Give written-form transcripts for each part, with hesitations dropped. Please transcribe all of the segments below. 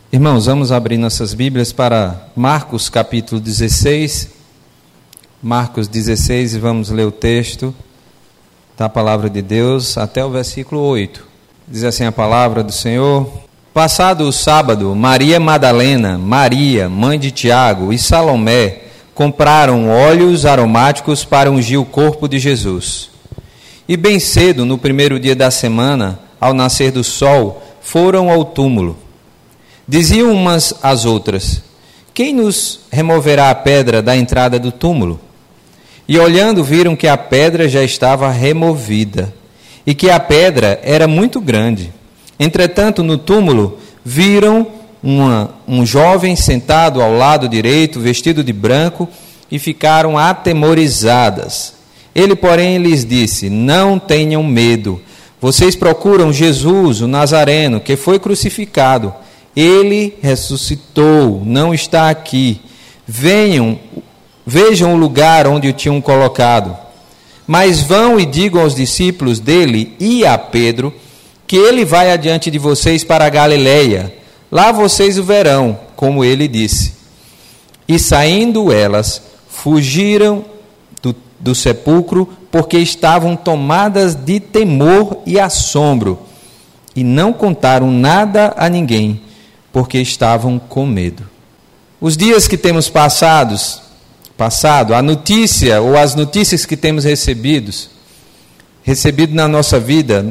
Irmãos, vamos abrir nossas Bíblias para Marcos capítulo 16. Marcos 16, e vamos ler o texto da palavra de Deus até o versículo 8. Diz assim a palavra do Senhor: Passado o sábado, Maria Madalena, Maria, mãe de Tiago, e Salomé compraram óleos aromáticos para ungir o corpo de Jesus. E bem cedo, no primeiro dia da semana, ao nascer do sol, foram ao túmulo. Diziam umas às outras: Quem nos removerá a pedra da entrada do túmulo? E olhando, viram que a pedra já estava removida, e que a pedra era muito grande. Entretanto, no túmulo, viram um jovem sentado ao lado direito, vestido de branco, e ficaram atemorizadas. Ele, porém, lhes disse: Não tenham medo. Vocês procuram Jesus, o Nazareno, que foi crucificado. Ele ressuscitou, não está aqui. Vejam o lugar onde o tinham colocado. Mas vão e digam aos discípulos dele e a Pedro que ele vai adiante de vocês para a Galileia. Lá vocês o verão, como ele disse. E saindo elas, fugiram do sepulcro, porque estavam tomadas de temor e assombro, e não contaram nada a ninguém, porque estavam com medo. Os dias que temos passado, a notícia ou as notícias que temos recebido na nossa vida,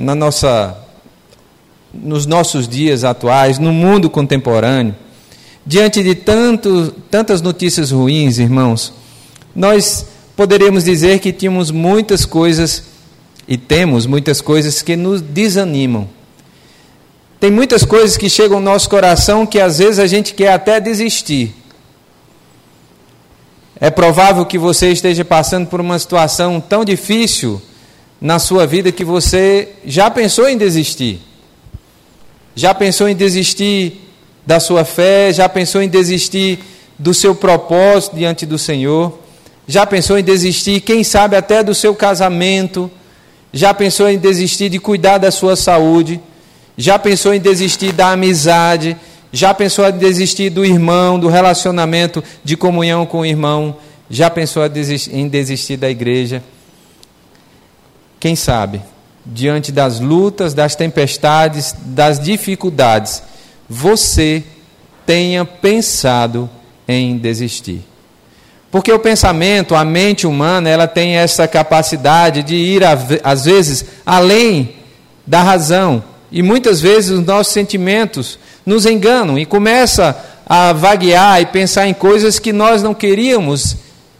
nos nossos dias atuais, no mundo contemporâneo, diante de tantas notícias ruins, irmãos, nós poderíamos dizer que tínhamos muitas coisas e temos muitas coisas que nos desanimam. Tem muitas coisas que chegam ao nosso coração que às vezes a gente quer até desistir. É provável que você esteja passando por uma situação tão difícil na sua vida que você já pensou em desistir. Já pensou em desistir da sua fé, já pensou em desistir do seu propósito diante do Senhor, já pensou em desistir, quem sabe até do seu casamento, já pensou em desistir de cuidar da sua saúde, já pensou em desistir da amizade, já pensou em desistir do irmão, do relacionamento de comunhão com o irmão, já pensou em desistir da igreja. Quem sabe, diante das lutas, das tempestades, das dificuldades, você tenha pensado em desistir. Porque o pensamento, a mente humana, ela tem essa capacidade de ir, às vezes, além da razão. E muitas vezes os nossos sentimentos nos enganam e começa a vaguear e pensar em coisas que nós não queríamos.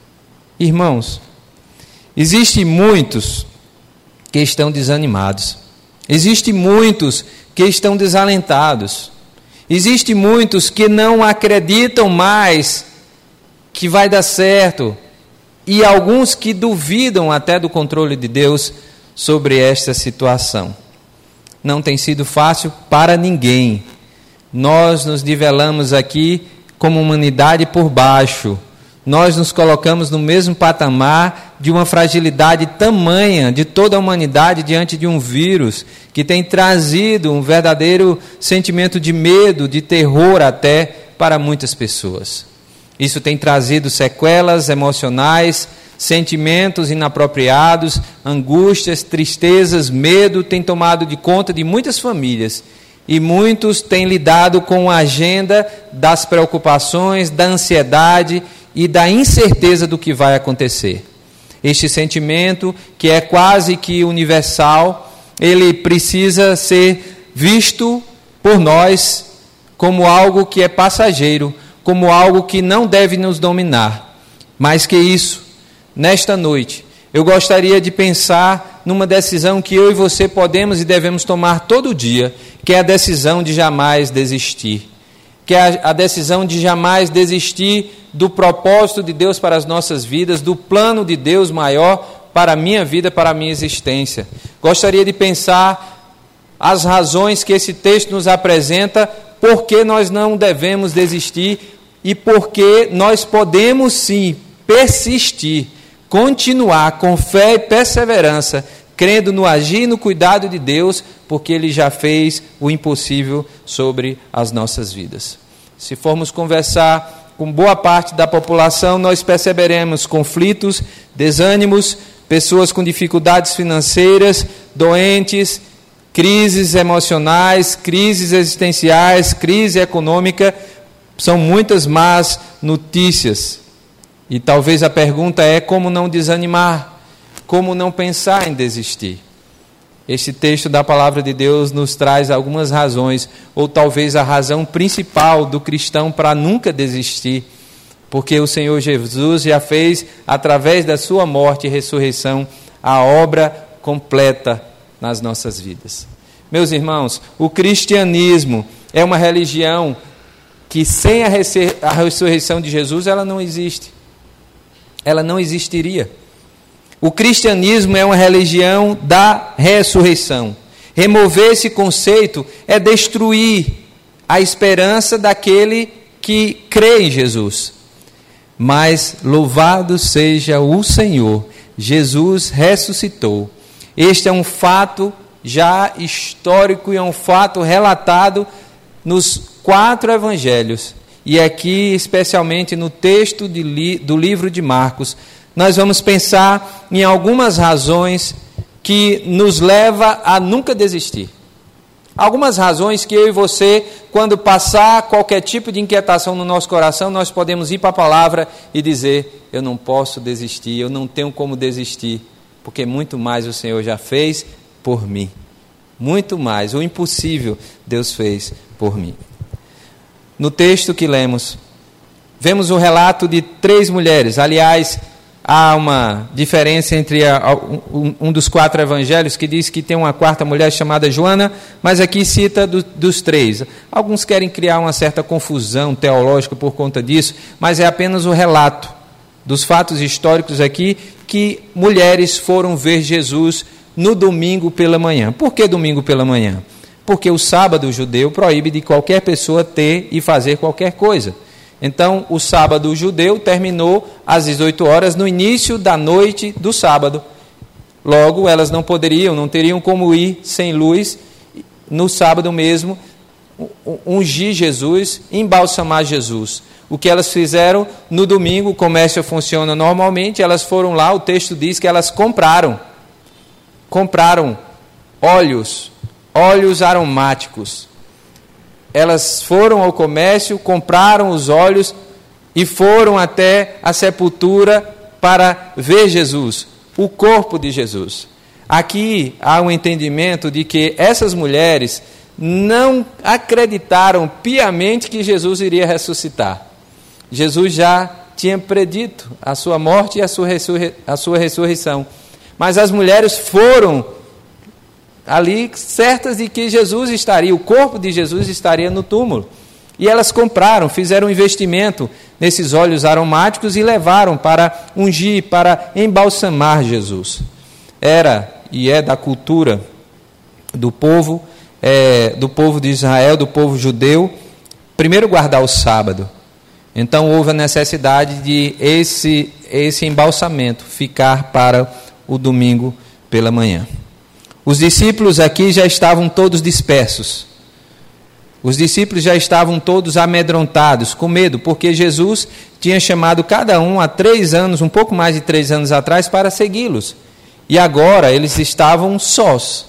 Irmãos, existem muitos que estão desanimados. Existem muitos que estão desalentados. Existem muitos que não acreditam mais que vai dar certo. E alguns que duvidam até do controle de Deus sobre esta situação. Não tem sido fácil para ninguém. Nós nos nivelamos aqui como humanidade por baixo. Nós nos colocamos no mesmo patamar de uma fragilidade tamanha de toda a humanidade diante de um vírus que tem trazido um verdadeiro sentimento de medo, de terror até para muitas pessoas. Isso tem trazido sequelas emocionais, sentimentos inapropriados, angústias, tristezas, medo tem tomado de conta de muitas famílias e muitos têm lidado com a agenda das preocupações, da ansiedade e da incerteza do que vai acontecer. Este sentimento, que é quase que universal, ele precisa ser visto por nós como algo que é passageiro, como algo que não deve nos dominar. Mais que isso, nesta noite, eu gostaria de pensar numa decisão que eu e você podemos e devemos tomar todo dia, que é a decisão de jamais desistir. Que é a decisão de jamais desistir do propósito de Deus para as nossas vidas, do plano de Deus maior para a minha vida, para a minha existência. Gostaria de pensar as razões que esse texto nos apresenta, por que nós não devemos desistir e por que nós podemos sim persistir, continuar com fé e perseverança, crendo no agir e no cuidado de Deus, porque Ele já fez o impossível sobre as nossas vidas. Se formos conversar com boa parte da população, nós perceberemos conflitos, desânimos, pessoas com dificuldades financeiras, doentes, crises emocionais, crises existenciais, crise econômica. São muitas más notícias. E talvez a pergunta é: como não desanimar? Como não pensar em desistir? Este texto da palavra de Deus nos traz algumas razões, ou talvez a razão principal do cristão para nunca desistir, porque o Senhor Jesus já fez, através da sua morte e ressurreição, a obra completa nas nossas vidas. Meus irmãos, o cristianismo é uma religião que sem a ressurreição de Jesus ela não existe. Ela não existiria. O cristianismo é uma religião da ressurreição. Remover esse conceito é destruir a esperança daquele que crê em Jesus. Mas louvado seja o Senhor, Jesus ressuscitou. Este é um fato já histórico e é um fato relatado nos 4 evangelhos. E aqui, especialmente no texto do livro de Marcos, nós vamos pensar em algumas razões que nos levam a nunca desistir. Algumas razões que eu e você, quando passar qualquer tipo de inquietação no nosso coração, nós podemos ir para a palavra e dizer: eu não posso desistir, eu não tenho como desistir, porque muito mais o Senhor já fez por mim. Muito mais, o impossível Deus fez por mim. No texto que lemos, vemos o relato de 3 mulheres. Aliás, há uma diferença entre um dos 4 evangelhos, que diz que tem uma 4ª mulher chamada Joana, mas aqui cita dos 3. Alguns querem criar uma certa confusão teológica por conta disso, mas é apenas o relato dos fatos históricos aqui, que mulheres foram ver Jesus no domingo pela manhã. Por que domingo pela manhã? Porque o sábado judeu proíbe de qualquer pessoa ter e fazer qualquer coisa. Então, o sábado judeu terminou às 18 horas, no início da noite do sábado. Logo, elas não teriam como ir sem luz, no sábado mesmo, ungir Jesus, embalsamar Jesus. O que elas fizeram no domingo, o comércio funciona normalmente, elas foram lá, o texto diz que elas compraram óleos aromáticos. Elas foram ao comércio, compraram os óleos e foram até a sepultura para ver Jesus, o corpo de Jesus. Aqui há um entendimento de que essas mulheres não acreditaram piamente que Jesus iria ressuscitar. Jesus já tinha predito a sua morte e a sua ressurreição. Mas as mulheres foram ali certas de que Jesus estaria, o corpo de Jesus estaria no túmulo. E elas compraram, fizeram um investimento nesses óleos aromáticos e levaram para ungir, para embalsamar Jesus. Era e é da cultura do povo de Israel, do povo judeu, primeiro guardar o sábado. Então houve a necessidade de esse embalsamento ficar para o domingo pela manhã. Os discípulos aqui já estavam todos dispersos. Os discípulos já estavam todos amedrontados, com medo, porque Jesus tinha chamado cada um há 3 anos, um pouco mais de 3 anos atrás, para segui-los. E agora eles estavam sós.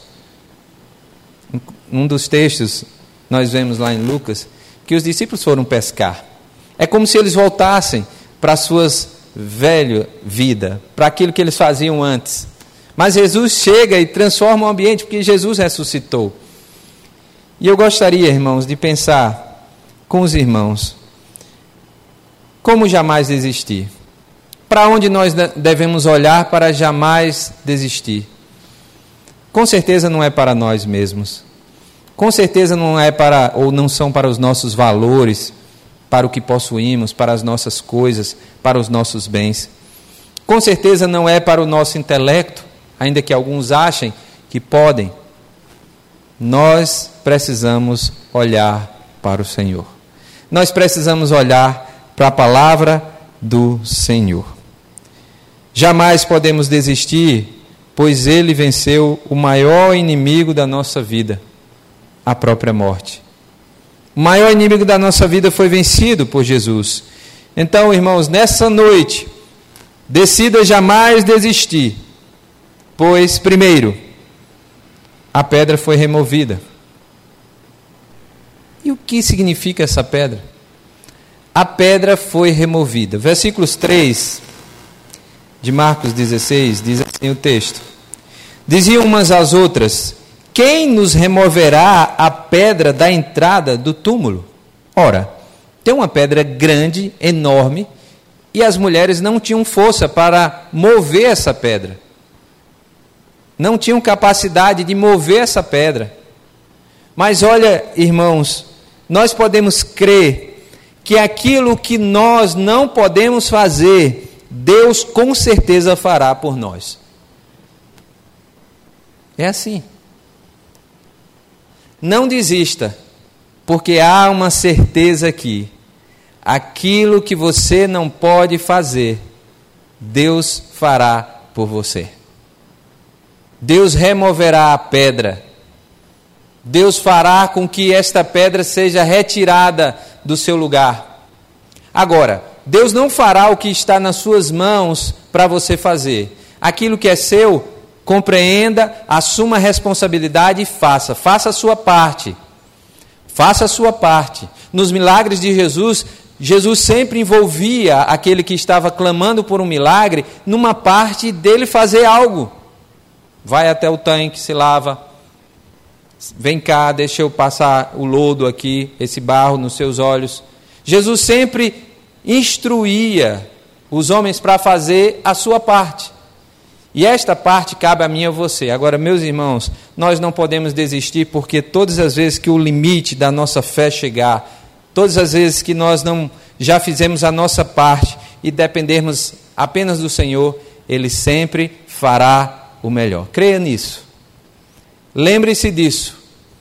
Um dos textos, nós vemos lá em Lucas, que os discípulos foram pescar. É como se eles voltassem para a sua velha vida, para aquilo que eles faziam antes. Mas Jesus chega e transforma o ambiente, porque Jesus ressuscitou. E eu gostaria, irmãos, de pensar com os irmãos, como jamais desistir? Para onde nós devemos olhar para jamais desistir? Com certeza não é para nós mesmos. Com certeza não é para, ou não são para os nossos valores, para o que possuímos, para as nossas coisas, para os nossos bens. Com certeza não é para o nosso intelecto, ainda que alguns achem que podem. Nós precisamos olhar para o Senhor. Nós precisamos olhar para a palavra do Senhor. Jamais podemos desistir, pois Ele venceu o maior inimigo da nossa vida, a própria morte. O maior inimigo da nossa vida foi vencido por Jesus. Então, irmãos, nessa noite, decida jamais desistir, pois, primeiro, a pedra foi removida. E o que significa essa pedra? A pedra foi removida. Versículos 3 de Marcos 16, diz assim o texto: diziam umas às outras: quem nos removerá a pedra da entrada do túmulo? Ora, tem uma pedra grande, enorme, e as mulheres não tinham força para mover essa pedra. Não tinham capacidade de mover essa pedra. Mas olha, irmãos, nós podemos crer que aquilo que nós não podemos fazer, Deus com certeza fará por nós. É assim. Não desista, porque há uma certeza aqui. Aquilo que você não pode fazer, Deus fará por você. Deus removerá a pedra. Deus fará com que esta pedra seja retirada do seu lugar. Agora, Deus não fará o que está nas suas mãos para você fazer. Aquilo que é seu, compreenda, assuma a responsabilidade e faça. Faça a sua parte. Faça a sua parte. Nos milagres de Jesus, Jesus sempre envolvia aquele que estava clamando por um milagre numa parte dele fazer algo. Vai até o tanque, se lava. Vem cá, deixa eu passar o lodo aqui, esse barro nos seus olhos. Jesus sempre instruía os homens para fazer a sua parte. E esta parte cabe a mim e a você. Agora, meus irmãos, nós não podemos desistir, porque todas as vezes que o limite da nossa fé chegar, todas as vezes que nós não já fizemos a nossa parte e dependermos apenas do Senhor, Ele sempre fará o melhor. Creia nisso. Lembre-se disso,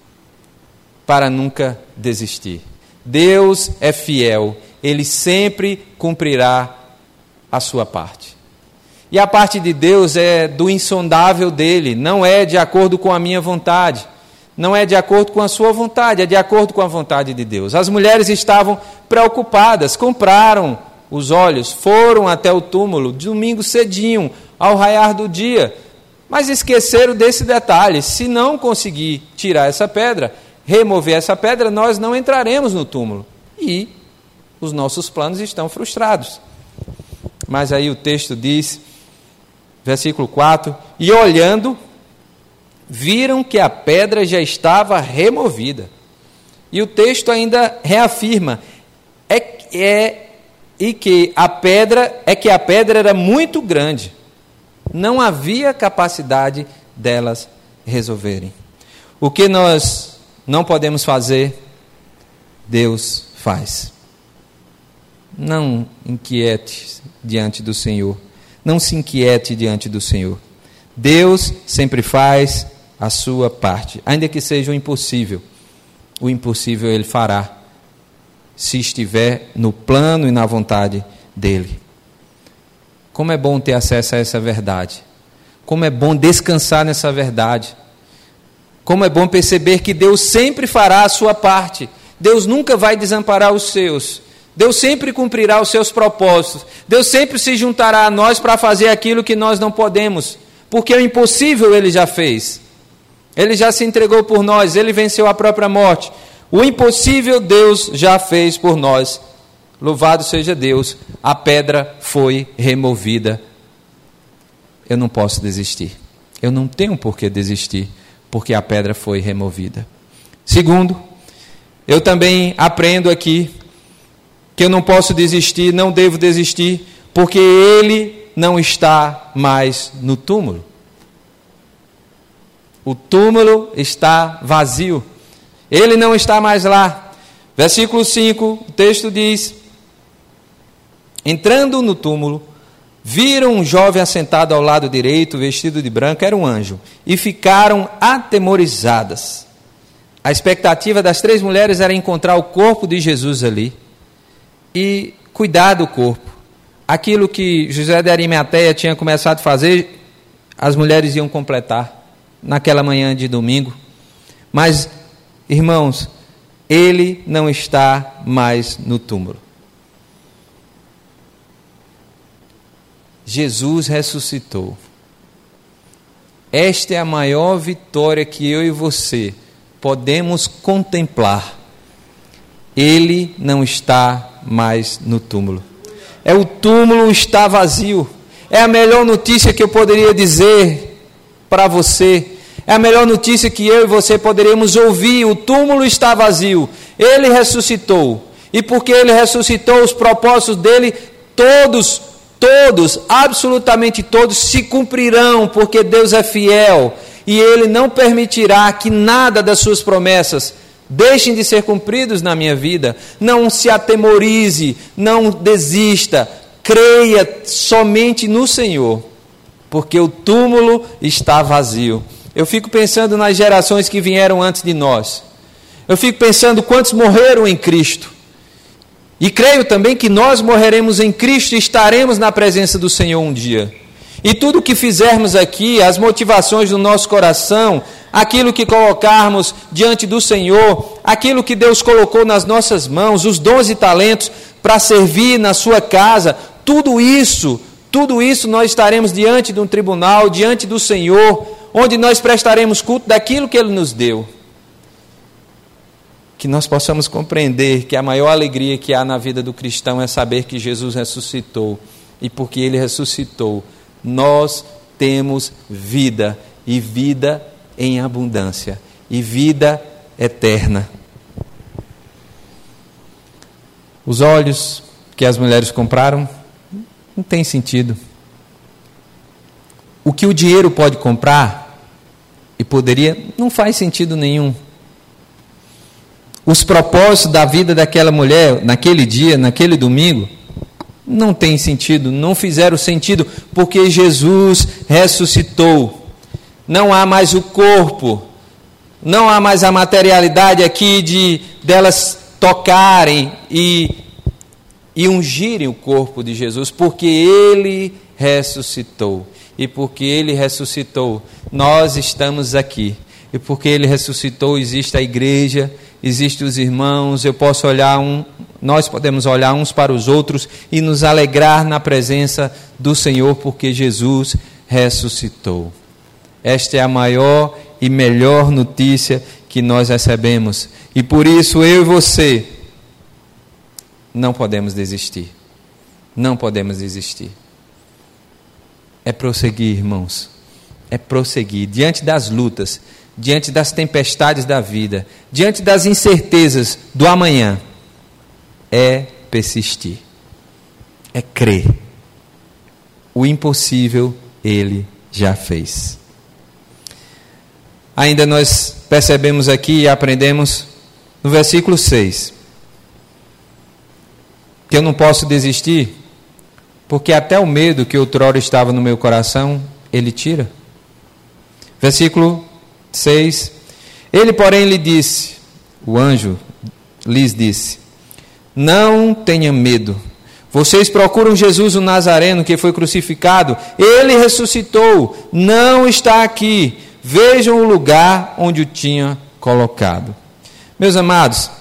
para nunca desistir. Deus é fiel, Ele sempre cumprirá a sua parte. E a parte de Deus é do insondável dEle, não é de acordo com a minha vontade, não é de acordo com a sua vontade, é de acordo com a vontade de Deus. As mulheres estavam preocupadas, compraram os óleos, foram até o túmulo, domingo cedinho, ao raiar do dia, mas esqueceram desse detalhe: se não conseguir tirar essa pedra, remover essa pedra, nós não entraremos no túmulo. E os nossos planos estão frustrados. Mas aí o texto diz, versículo 4, e olhando, viram que a pedra já estava removida. E o texto ainda reafirma, que a pedra era muito grande. Não havia capacidade delas resolverem. O que nós não podemos fazer, Deus faz. Não inquiete diante do Senhor. Não se inquiete diante do Senhor. Deus sempre faz a sua parte. Ainda que seja o impossível Ele fará, se estiver no plano e na vontade dEle. Como é bom ter acesso a essa verdade. Como é bom descansar nessa verdade. Como é bom perceber que Deus sempre fará a sua parte. Deus nunca vai desamparar os seus. Deus sempre cumprirá os seus propósitos. Deus sempre se juntará a nós para fazer aquilo que nós não podemos. Porque o impossível Ele já fez. Ele já se entregou por nós. Ele venceu a própria morte. O impossível Deus já fez por nós. Louvado seja Deus, a pedra foi removida. Eu não posso desistir. Eu não tenho por que desistir, porque a pedra foi removida. Segundo, eu também aprendo aqui que eu não posso desistir, não devo desistir, porque Ele não está mais no túmulo. O túmulo está vazio. Ele não está mais lá. Versículo 5, o texto diz: entrando no túmulo, viram um jovem assentado ao lado direito, vestido de branco, era um anjo, e ficaram atemorizadas. A expectativa das 3 mulheres era encontrar o corpo de Jesus ali e cuidar do corpo. Aquilo que José de Arimateia tinha começado a fazer, as mulheres iam completar naquela manhã de domingo. Mas, irmãos, Ele não está mais no túmulo. Jesus ressuscitou. Esta é a maior vitória que eu e você podemos contemplar. Ele não está mais no túmulo. O túmulo está vazio. É a melhor notícia que eu poderia dizer para você. É a melhor notícia que eu e você poderíamos ouvir. O túmulo está vazio. Ele ressuscitou. E porque Ele ressuscitou, os propósitos dEle, todos, absolutamente todos, se cumprirão, porque Deus é fiel. E Ele não permitirá que nada das suas promessas deixem de ser cumpridos na minha vida. Não se atemorize, não desista. Creia somente no Senhor, porque o túmulo está vazio. Eu fico pensando nas gerações que vieram antes de nós. Eu fico pensando quantos morreram em Cristo. E creio também que nós morreremos em Cristo e estaremos na presença do Senhor um dia. E tudo o que fizermos aqui, as motivações do nosso coração, aquilo que colocarmos diante do Senhor, aquilo que Deus colocou nas nossas mãos, os dons e talentos para servir na sua casa, tudo isso nós estaremos diante de um tribunal, diante do Senhor, onde nós prestaremos culto daquilo que Ele nos deu. Que nós possamos compreender que a maior alegria que há na vida do cristão é saber que Jesus ressuscitou. E porque Ele ressuscitou, nós temos vida, e vida em abundância, e vida eterna. Os olhos que as mulheres compraram não tem sentido. O que o dinheiro pode comprar, e poderia, não faz sentido nenhum. Os propósitos da vida daquela mulher, naquele dia, naquele domingo, não tem sentido, não fizeram sentido, porque Jesus ressuscitou. Não há mais o corpo, não há mais a materialidade aqui delas tocarem e ungirem o corpo de Jesus, porque Ele ressuscitou. E porque Ele ressuscitou, nós estamos aqui. E porque Ele ressuscitou, existe a igreja, existem os irmãos, nós podemos olhar uns para os outros e nos alegrar na presença do Senhor, porque Jesus ressuscitou. Esta é a maior e melhor notícia que nós recebemos. E por isso eu e você não podemos desistir. Não podemos desistir. É prosseguir, irmãos. É prosseguir diante das lutas, diante das tempestades da vida, diante das incertezas do amanhã. É persistir. É crer. O impossível Ele já fez. Ainda nós percebemos aqui e aprendemos no versículo 6, que eu não posso desistir, porque até o medo que outrora estava no meu coração, Ele tira. Versículo 6, Ele, porém, lhe disse, o anjo lhes disse, não tenha medo, vocês procuram Jesus o Nazareno, que foi crucificado, Ele ressuscitou, não está aqui, vejam o lugar onde o tinha colocado. Meus amados,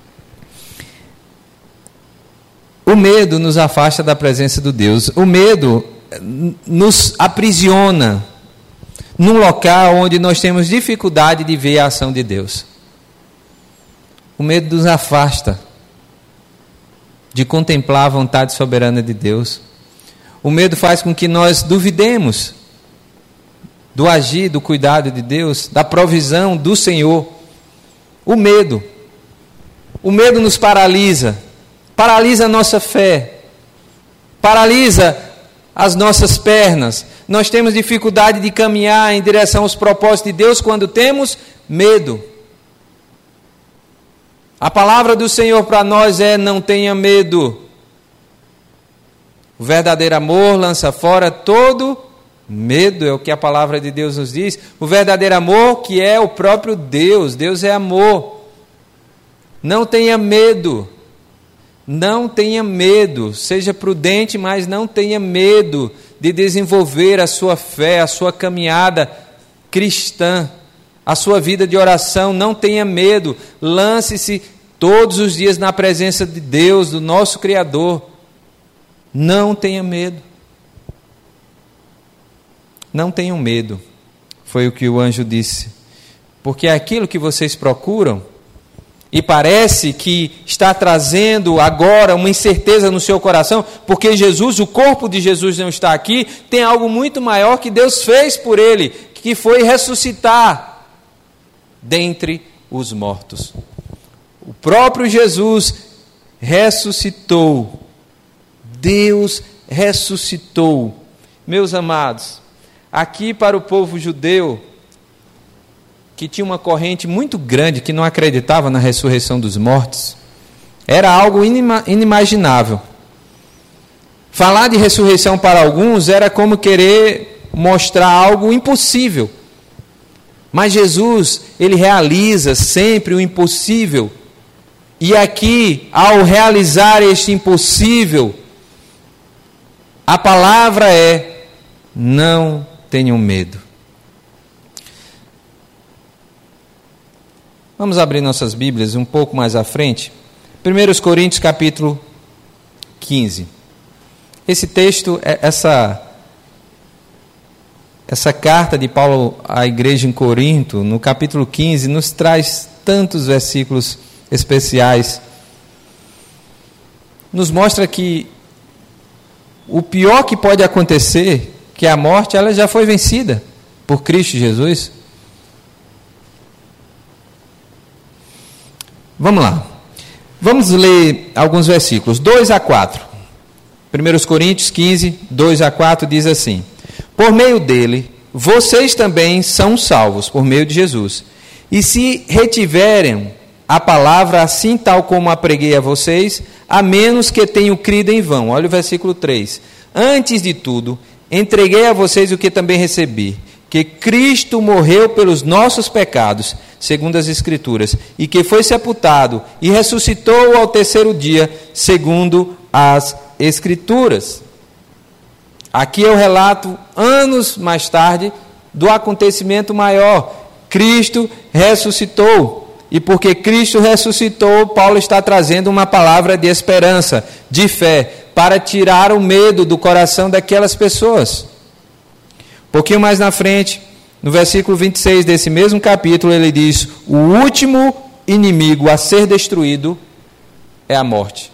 o medo nos afasta da presença de Deus. O medo nos aprisiona num local onde nós temos dificuldade de ver a ação de Deus. O medo nos afasta de contemplar a vontade soberana de Deus. O medo faz com que nós duvidemos do agir, do cuidado de Deus, da provisão do Senhor. O medo nos paralisa a nossa fé, paralisa as nossas pernas. Nós temos dificuldade de caminhar em direção aos propósitos de Deus quando temos medo. A palavra do Senhor para nós é: não tenha medo. O verdadeiro amor lança fora todo medo, é o que a palavra de Deus nos diz. O verdadeiro amor, que é o próprio Deus. Deus é amor. Não tenha medo. Não tenha medo. Seja prudente, mas não tenha medo de desenvolver a sua fé, a sua caminhada cristã, a sua vida de oração. Não tenha medo. Lance-se todos os dias na presença de Deus, do nosso Criador. Não tenha medo. Não tenham medo, foi o que o anjo disse, porque aquilo que vocês procuram, e parece que está trazendo agora uma incerteza no seu coração, porque Jesus, o corpo de Jesus não está aqui, tem algo muito maior que Deus fez por ele, que foi ressuscitar dentre os mortos. O próprio Jesus ressuscitou. Deus ressuscitou. Meus amados, aqui para o povo judeu, que tinha uma corrente muito grande, que não acreditava na ressurreição dos mortos, era algo inimaginável. Falar de ressurreição para alguns era como querer mostrar algo impossível. Mas Jesus, ele realiza sempre o impossível. E aqui, ao realizar este impossível, a palavra é: não tenham medo. Vamos abrir nossas Bíblias um pouco mais à frente. 1 Coríntios capítulo 15. Esse texto, essa carta de Paulo à igreja em Corinto, no capítulo 15, nos traz tantos versículos especiais. Nos mostra que o pior que pode acontecer, que é a morte, ela já foi vencida por Cristo Jesus. Vamos lá. Vamos ler alguns versículos, 2 a 4. 1 Coríntios 15, 2 a 4 diz assim: por meio dele, vocês também são salvos, por meio de Jesus. E se retiverem a palavra assim tal como a preguei a vocês, a menos que tenham crido em vão. Olha o versículo 3. Antes de tudo, entreguei a vocês o que também recebi, que Cristo morreu pelos nossos pecados, segundo as Escrituras, e que foi sepultado e ressuscitou ao terceiro dia, segundo as Escrituras. Aqui é o relato, anos mais tarde, do acontecimento maior. Cristo ressuscitou. E porque Cristo ressuscitou, Paulo está trazendo uma palavra de esperança, de fé, para tirar o medo do coração daquelas pessoas. Um pouquinho mais na frente, no versículo 26 desse mesmo capítulo, ele diz: o último inimigo a ser destruído é a morte.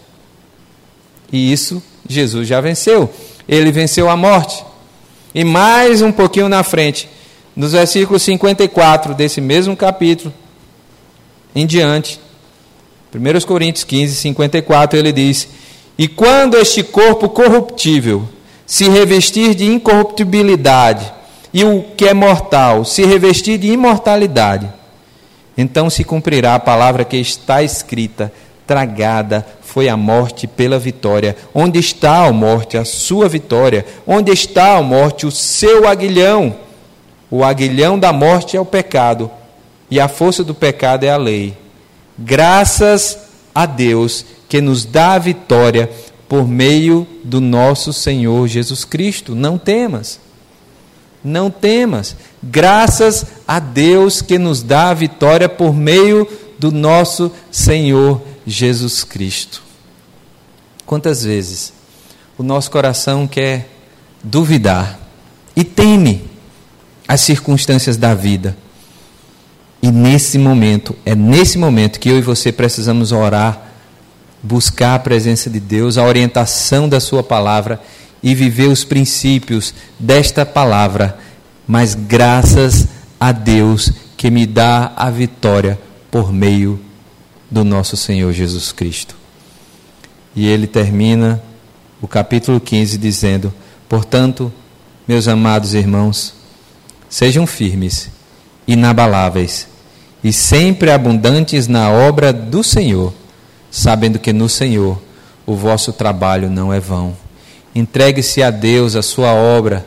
E isso Jesus já venceu. Ele venceu a morte. E mais um pouquinho na frente, nos versículos 54 desse mesmo capítulo em diante, 1 Coríntios 15, 54, ele diz: e quando este corpo corruptível se revestir de incorruptibilidade, e o que é mortal se revestir de imortalidade, então se cumprirá a palavra que está escrita: tragada foi a morte pela vitória. Onde está a morte, a sua vitória? Onde está a morte, o seu aguilhão? O aguilhão da morte é o pecado, e a força do pecado é a lei. Graças a Deus que nos dá a vitória por meio do nosso Senhor Jesus Cristo. Não temas. Não temas. Graças a Deus que nos dá a vitória por meio do nosso Senhor Jesus Cristo. Quantas vezes o nosso coração quer duvidar e teme as circunstâncias da vida. E é nesse momento que eu e você precisamos orar, buscar a presença de Deus, a orientação da sua palavra e viver os princípios desta palavra. Mas graças a Deus que me dá a vitória por meio do nosso Senhor Jesus Cristo. E ele termina o capítulo 15 dizendo: portanto, meus amados irmãos, sejam firmes, inabaláveis e sempre abundantes na obra do Senhor, sabendo que no Senhor o vosso trabalho não é vão. Entregue-se a Deus, a sua obra,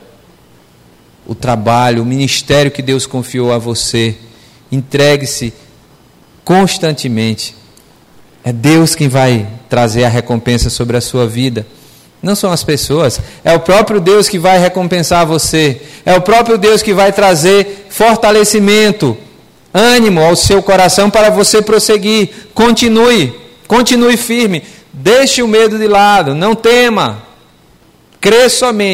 o trabalho, o ministério que Deus confiou a você. Entregue-se constantemente. É Deus quem vai trazer a recompensa sobre a sua vida. Não são as pessoas, é o próprio Deus que vai recompensar você. É o próprio Deus que vai trazer fortalecimento ânimo ao seu coração para você prosseguir. Continue firme. Deixe o medo de lado, não tema. Creia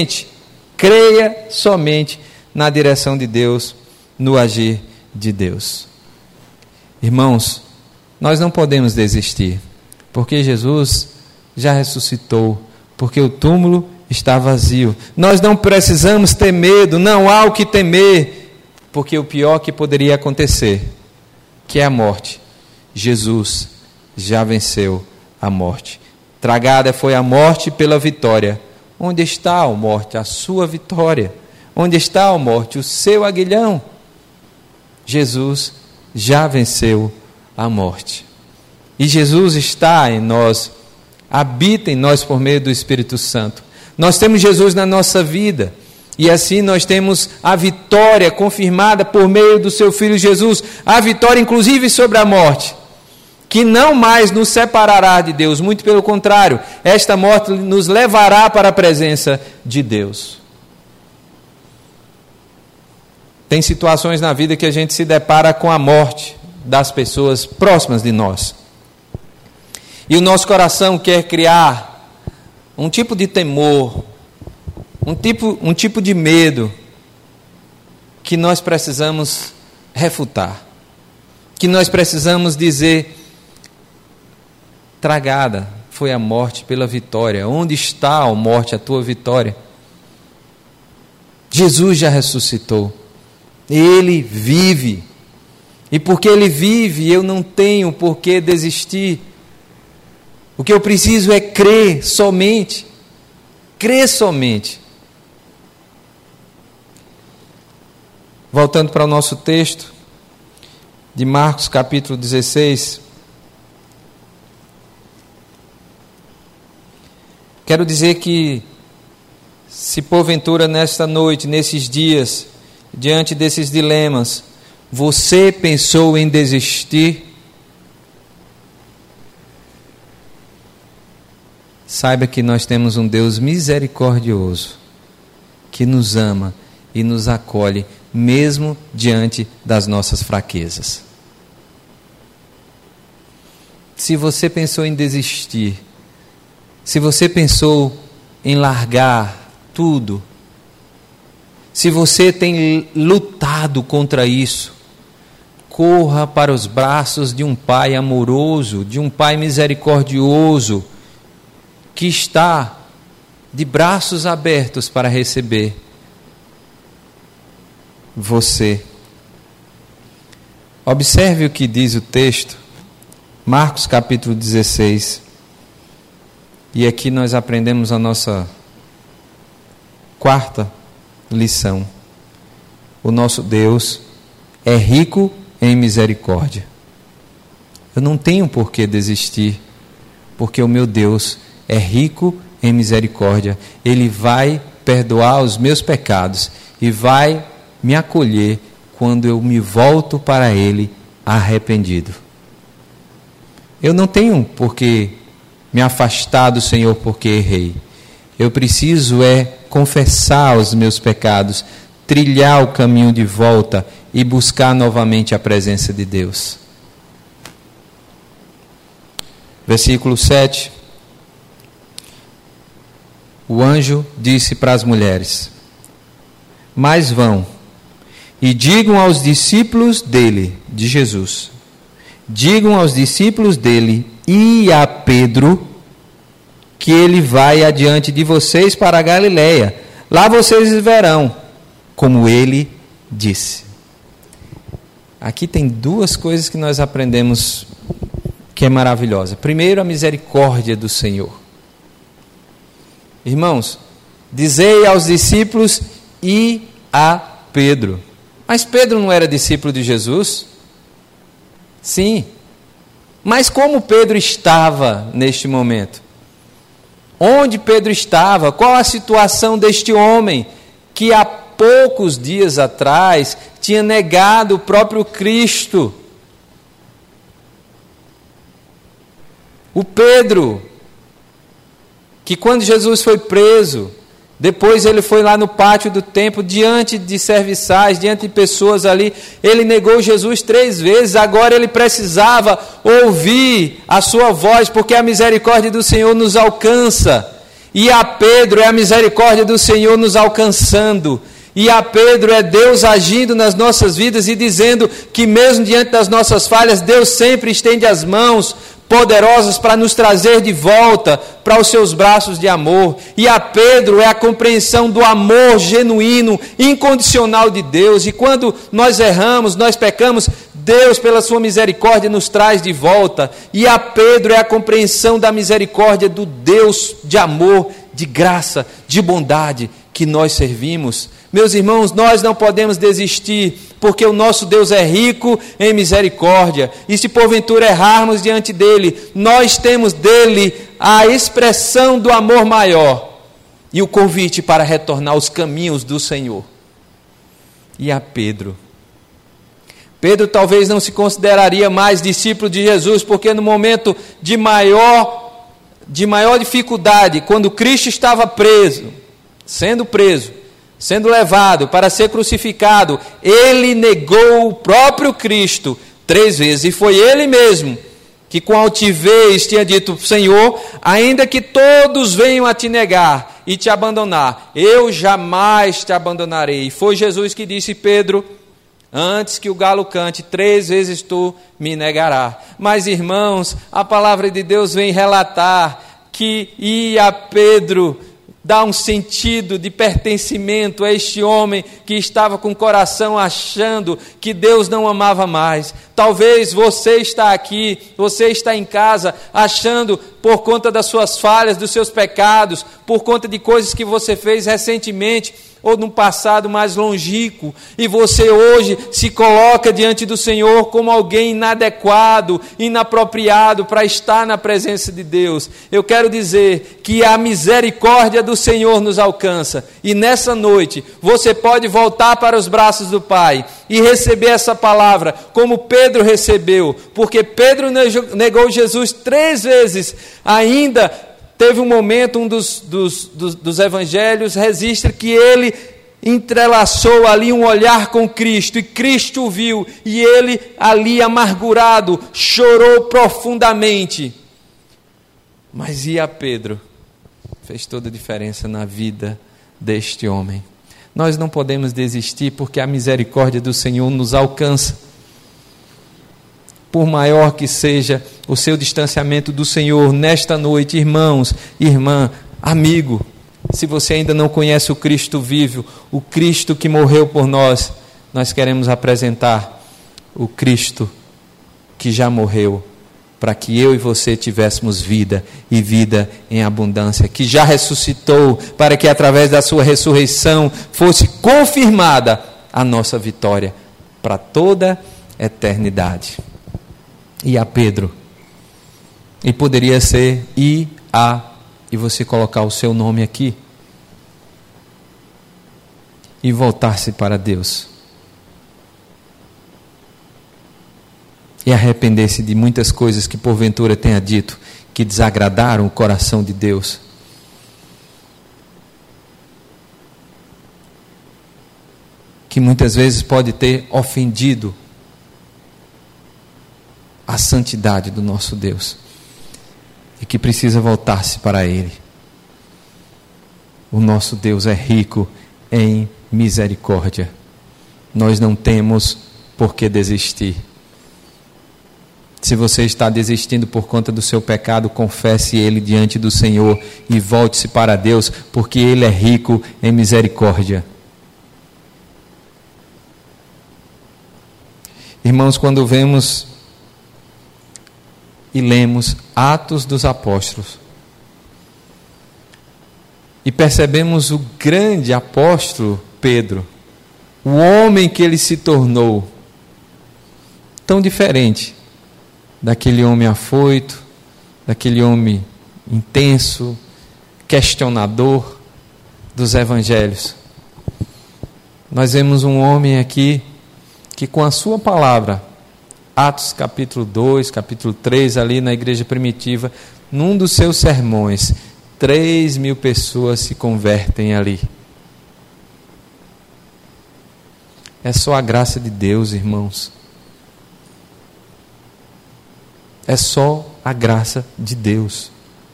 somente na direção de Deus, no agir de Deus. Irmãos, nós não podemos desistir, porque Jesus já ressuscitou, porque o túmulo está vazio. Nós não precisamos ter medo, não há o que temer, porque o pior que poderia acontecer, que é a morte, Jesus já venceu a morte. Tragada foi a morte pela vitória. Onde está, ó morte, a sua vitória? Onde está, ó morte, o seu aguilhão? Jesus já venceu a morte. E Jesus está em nós, habita em nós por meio do Espírito Santo. Nós temos Jesus na nossa vida, e assim nós temos a vitória confirmada por meio do seu Filho Jesus, a vitória inclusive sobre a morte, que não mais nos separará de Deus, muito pelo contrário, esta morte nos levará para a presença de Deus. Tem situações na vida que a gente se depara com a morte das pessoas próximas de nós. E o nosso coração quer criar um tipo de temor, um tipo de medo que nós precisamos refutar, que nós precisamos dizer: tragada foi a morte pela vitória. Onde está, ó morte, a tua vitória? Jesus já ressuscitou. Ele vive. E porque Ele vive, eu não tenho por que desistir. O que eu preciso é crer somente. Crer somente. Voltando para o nosso texto, de Marcos capítulo 16. Quero dizer que, se porventura nesta noite, nesses dias, diante desses dilemas, você pensou em desistir, saiba que nós temos um Deus misericordioso, que nos ama e nos acolhe, mesmo diante das nossas fraquezas. Se você pensou em desistir, se você pensou em largar tudo, se você tem lutado contra isso, corra para os braços de um Pai amoroso, de um Pai misericordioso, que está de braços abertos para receber você. Observe o que diz o texto, Marcos capítulo 16. E aqui nós aprendemos a nossa quarta lição. O nosso Deus é rico em misericórdia. Eu não tenho por que desistir, porque o meu Deus é rico em misericórdia. Ele vai perdoar os meus pecados e vai me acolher quando eu me volto para Ele arrependido. Eu não tenho por que me afastar do Senhor porque errei. Eu preciso confessar os meus pecados, trilhar o caminho de volta e buscar novamente a presença de Deus. Versículo 7. O anjo disse para as mulheres: mas vão e digam aos discípulos dele, de Jesus, digam aos discípulos dele e a Pedro, que ele vai adiante de vocês para a Galileia. Lá vocês verão, como ele disse. Aqui tem duas coisas que nós aprendemos que é maravilhosa. Primeiro, a misericórdia do Senhor. Irmãos, dizei aos discípulos e a Pedro. Mas Pedro não era discípulo de Jesus? Sim. Mas como Pedro estava neste momento? Onde Pedro estava? Qual a situação deste homem que há poucos dias atrás tinha negado o próprio Cristo? O Pedro, que quando Jesus foi preso, Depois ele foi lá no pátio do templo, diante de serviçais, diante de pessoas ali. Ele negou Jesus 3 vezes. Agora ele precisava ouvir a sua voz, porque a misericórdia do Senhor nos alcança. E a Pedro é a misericórdia do Senhor nos alcançando. E a Pedro é Deus agindo nas nossas vidas e dizendo que mesmo diante das nossas falhas, Deus sempre estende as mãos poderosas para nos trazer de volta para os seus braços de amor. E a Pedro é a compreensão do amor genuíno, incondicional de Deus. E quando nós erramos, nós pecamos, Deus, pela sua misericórdia, nos traz de volta. E a Pedro é a compreensão da misericórdia do Deus de amor, de graça, de bondade que nós servimos. Meus irmãos, nós não podemos desistir, porque o nosso Deus é rico em misericórdia. E se porventura errarmos diante dele, nós temos dele a expressão do amor maior e o convite para retornar aos caminhos do Senhor. E a Pedro talvez não se consideraria mais discípulo de Jesus, porque no momento de maior dificuldade, quando Cristo estava sendo levado para ser crucificado, ele negou o próprio Cristo 3 vezes. E foi ele mesmo que com altivez tinha dito: Senhor, ainda que todos venham a te negar e te abandonar, eu jamais te abandonarei. E foi Jesus que disse: Pedro, antes que o galo cante, 3 vezes tu me negarás. Mas, irmãos, a palavra de Deus vem relatar que a Pedro dá um sentido de pertencimento a este homem que estava com o coração achando que Deus não amava mais. Talvez você está aqui, você está em casa, achando por conta das suas falhas, dos seus pecados, por conta de coisas que você fez recentemente ou num passado mais longínquo, e você hoje se coloca diante do Senhor como alguém inadequado, inapropriado para estar na presença de Deus. Eu quero dizer que a misericórdia do Senhor nos alcança, e nessa noite você pode voltar para os braços do Pai e receber essa palavra como Pedro recebeu, porque Pedro negou Jesus 3 vezes. Ainda teve um momento, um dos evangelhos registra que ele entrelaçou ali um olhar com Cristo, e Cristo o viu, e ele ali amargurado chorou profundamente. Mas e a Pedro? Fez toda a diferença na vida deste homem. Nós não podemos desistir, porque a misericórdia do Senhor nos alcança. Por maior que seja o seu distanciamento do Senhor, nesta noite, irmãos, irmã, amigo, se você ainda não conhece o Cristo vivo, o Cristo que morreu por nós, nós queremos apresentar o Cristo que já morreu, para que eu e você tivéssemos vida, e vida em abundância, que já ressuscitou, para que através da sua ressurreição fosse confirmada a nossa vitória para toda a eternidade. E a Pedro, e poderia ser e você colocar o seu nome aqui, e voltar-se para Deus, e arrepender-se de muitas coisas que porventura tenha dito, que desagradaram o coração de Deus. Que muitas vezes pode ter ofendido a santidade do nosso Deus, e que precisa voltar-se para Ele. O nosso Deus é rico em misericórdia. Nós não temos por que desistir. Se você está desistindo por conta do seu pecado, confesse ele diante do Senhor e volte-se para Deus, porque Ele é rico em misericórdia. Irmãos, quando vemos e lemos Atos dos Apóstolos e percebemos o grande apóstolo Pedro, o homem que ele se tornou, tão diferente daquele homem afoito, daquele homem intenso, questionador dos evangelhos. Nós vemos um homem aqui que com a sua palavra, Atos capítulo 2, capítulo 3, ali na igreja primitiva, num dos seus sermões, 3.000 pessoas se convertem ali. É só a graça de Deus, irmãos. É só a graça de Deus.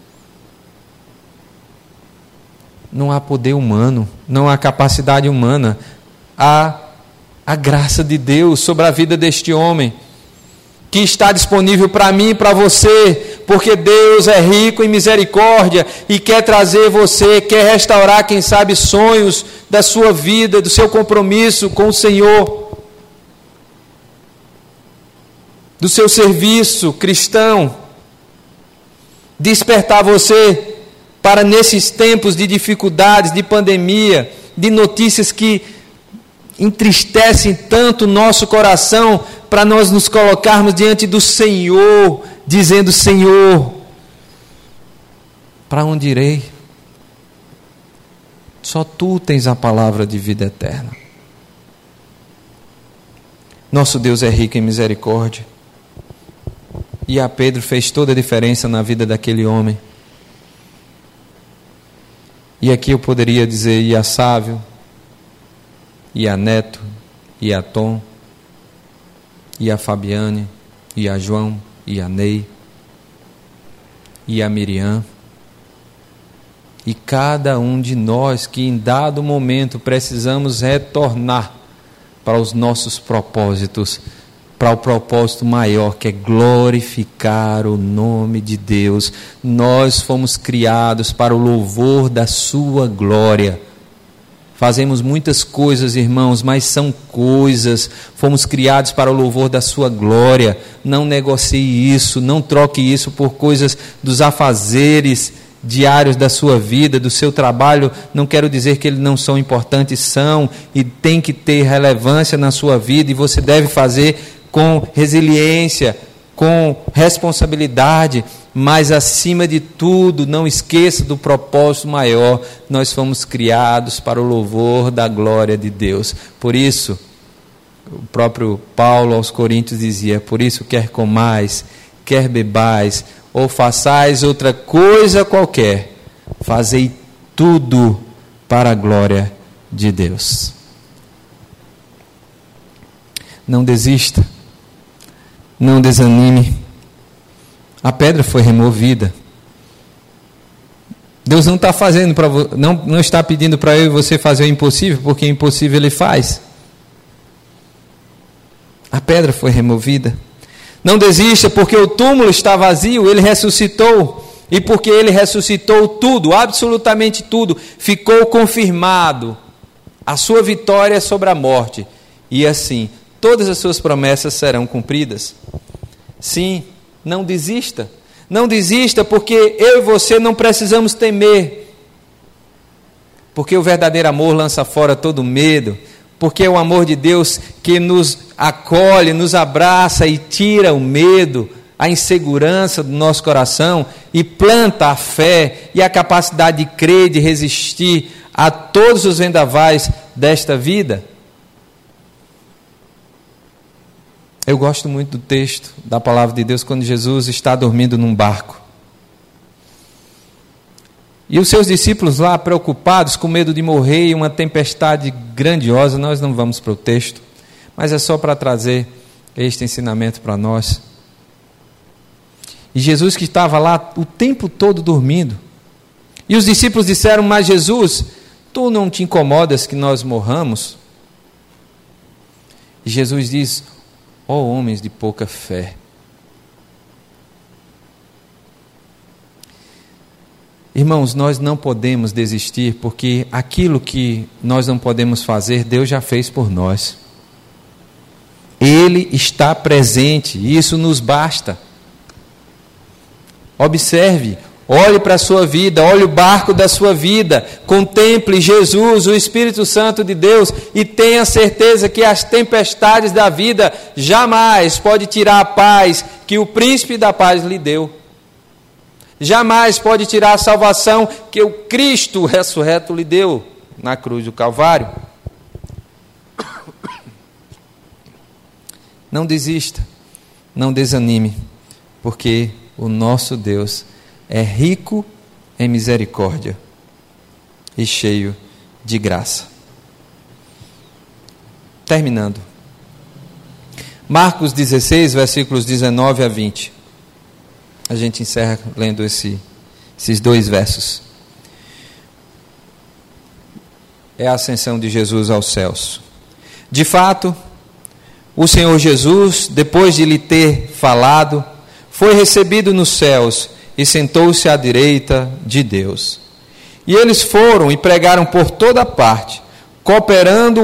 Não há poder humano, não há capacidade humana. Há a graça de Deus sobre a vida deste homem, que está disponível para mim e para você, porque Deus é rico em misericórdia e quer trazer você, quer restaurar, quem sabe, sonhos da sua vida, do seu compromisso com o Senhor, do seu serviço cristão, despertar você para nesses tempos de dificuldades, de pandemia, de notícias que entristecem tanto o nosso coração, para nós nos colocarmos diante do Senhor, dizendo: Senhor, para onde irei? Só Tu tens a palavra de vida eterna. Nosso Deus é rico em misericórdia. E a Pedro fez toda a diferença na vida daquele homem. E aqui eu poderia dizer: e a Sávio, e a Neto, e a Tom, e a Fabiane, e a João, e a Ney, e a Miriam, e cada um de nós que em dado momento precisamos retornar para os nossos propósitos, para o propósito maior, que é glorificar o nome de Deus. Nós fomos criados para o louvor da sua glória. Fazemos muitas coisas, irmãos, mas são coisas. Fomos criados para o louvor da sua glória. Não negocie isso, não troque isso por coisas dos afazeres diários da sua vida, do seu trabalho. Não quero dizer que eles não são importantes, são, e tem que ter relevância na sua vida, e você deve fazer com resiliência, com responsabilidade, mas acima de tudo, não esqueça do propósito maior. Nós fomos criados para o louvor da glória de Deus. Por isso, o próprio Paulo aos Coríntios dizia: por isso, quer comais, quer bebais, ou façais outra coisa qualquer, fazei tudo para a glória de Deus. Não desista, não desanime. A pedra foi removida. Deus não está fazendo para não está pedindo para eu e você fazer o impossível, porque o impossível Ele faz. A pedra foi removida. Não desista, porque o túmulo está vazio, Ele ressuscitou. E porque Ele ressuscitou, tudo, absolutamente tudo, ficou confirmado. A sua vitória sobre a morte. E assim, todas as suas promessas serão cumpridas. Sim, não desista. Não desista, porque eu e você não precisamos temer. Porque o verdadeiro amor lança fora todo medo. Porque é o amor de Deus que nos acolhe, nos abraça e tira o medo, a insegurança do nosso coração e planta a fé e a capacidade de crer, de resistir a todos os vendavais desta vida. Eu gosto muito do texto da palavra de Deus quando Jesus está dormindo num barco. E os seus discípulos lá preocupados, com medo de morrer em uma tempestade grandiosa. Nós não vamos para o texto, mas é só para trazer este ensinamento para nós. E Jesus que estava lá o tempo todo dormindo. E os discípulos disseram: mas Jesus, tu não te incomodas que nós morramos? E Jesus diz: ó homens de pouca fé. Irmãos, nós não podemos desistir, porque aquilo que nós não podemos fazer, Deus já fez por nós. Ele está presente, e isso nos basta. Observe, olhe para a sua vida, olhe o barco da sua vida, contemple Jesus, o Espírito Santo de Deus, e tenha certeza que as tempestades da vida jamais pode tirar a paz que o príncipe da paz lhe deu. Jamais pode tirar a salvação que o Cristo ressurreto lhe deu na cruz do Calvário. Não desista, não desanime, porque o nosso Deus é rico em misericórdia e cheio de graça. Terminando. Marcos 16, versículos 19 a 20. A gente encerra lendo esses 2 versos. É a ascensão de Jesus aos céus. De fato, o Senhor Jesus, depois de lhe ter falado, foi recebido nos céus e sentou-se à direita de Deus. E eles foram e pregaram por toda parte, cooperando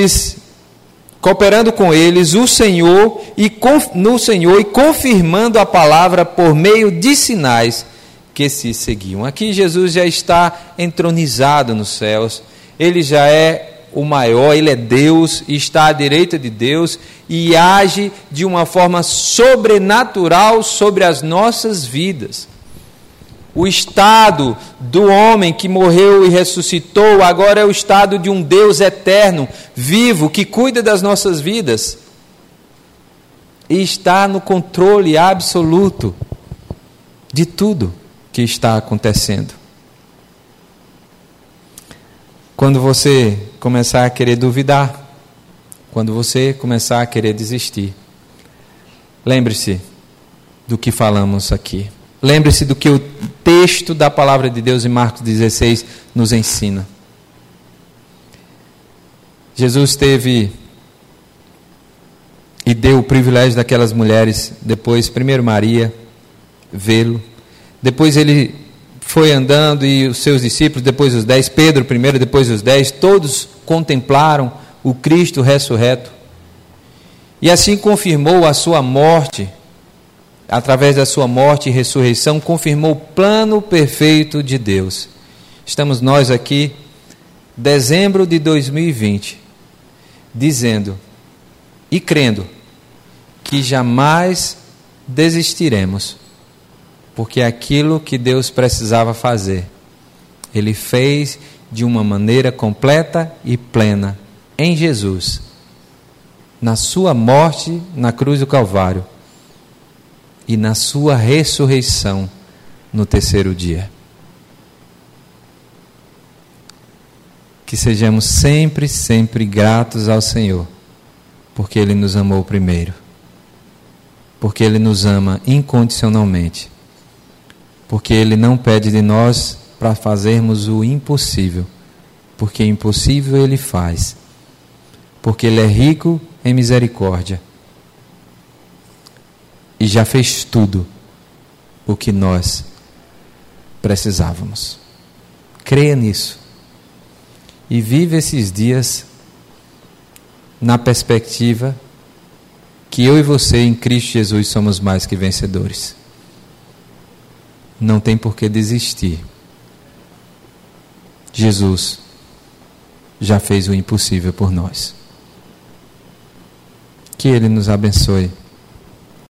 com eles no Senhor e confirmando a palavra por meio de sinais que se seguiam. Aqui Jesus já está entronizado nos céus, ele já é o maior, ele é Deus, está à direita de Deus e age de uma forma sobrenatural sobre as nossas vidas. O estado do homem que morreu e ressuscitou agora é o estado de um Deus eterno, vivo, que cuida das nossas vidas e está no controle absoluto de tudo que está acontecendo. Quando você começar a querer duvidar, quando você começar a querer desistir, lembre-se do que falamos aqui. Lembre-se do que o texto da palavra de Deus em Marcos 16 nos ensina. Jesus teve e deu o privilégio daquelas mulheres, depois, primeiro Maria, vê-lo. Depois ele foi andando e os seus discípulos, depois os 10, Pedro primeiro, depois os 10, todos contemplaram o Cristo ressurreto. E assim confirmou a sua morte. Através da sua morte e ressurreição, confirmou o plano perfeito de Deus. Estamos nós aqui, dezembro de 2020, dizendo e crendo que jamais desistiremos, porque aquilo que Deus precisava fazer, Ele fez de uma maneira completa e plena em Jesus, na sua morte na cruz do Calvário, e na sua ressurreição no terceiro dia. Que sejamos sempre, sempre gratos ao Senhor, porque Ele nos amou primeiro, porque Ele nos ama incondicionalmente, porque Ele não pede de nós para fazermos o impossível, porque impossível Ele faz, porque Ele é rico em misericórdia, e já fez tudo o que nós precisávamos. Creia nisso. E vive esses dias na perspectiva que eu e você em Cristo Jesus somos mais que vencedores. Não tem por que desistir. Jesus já fez o impossível por nós. Que Ele nos abençoe.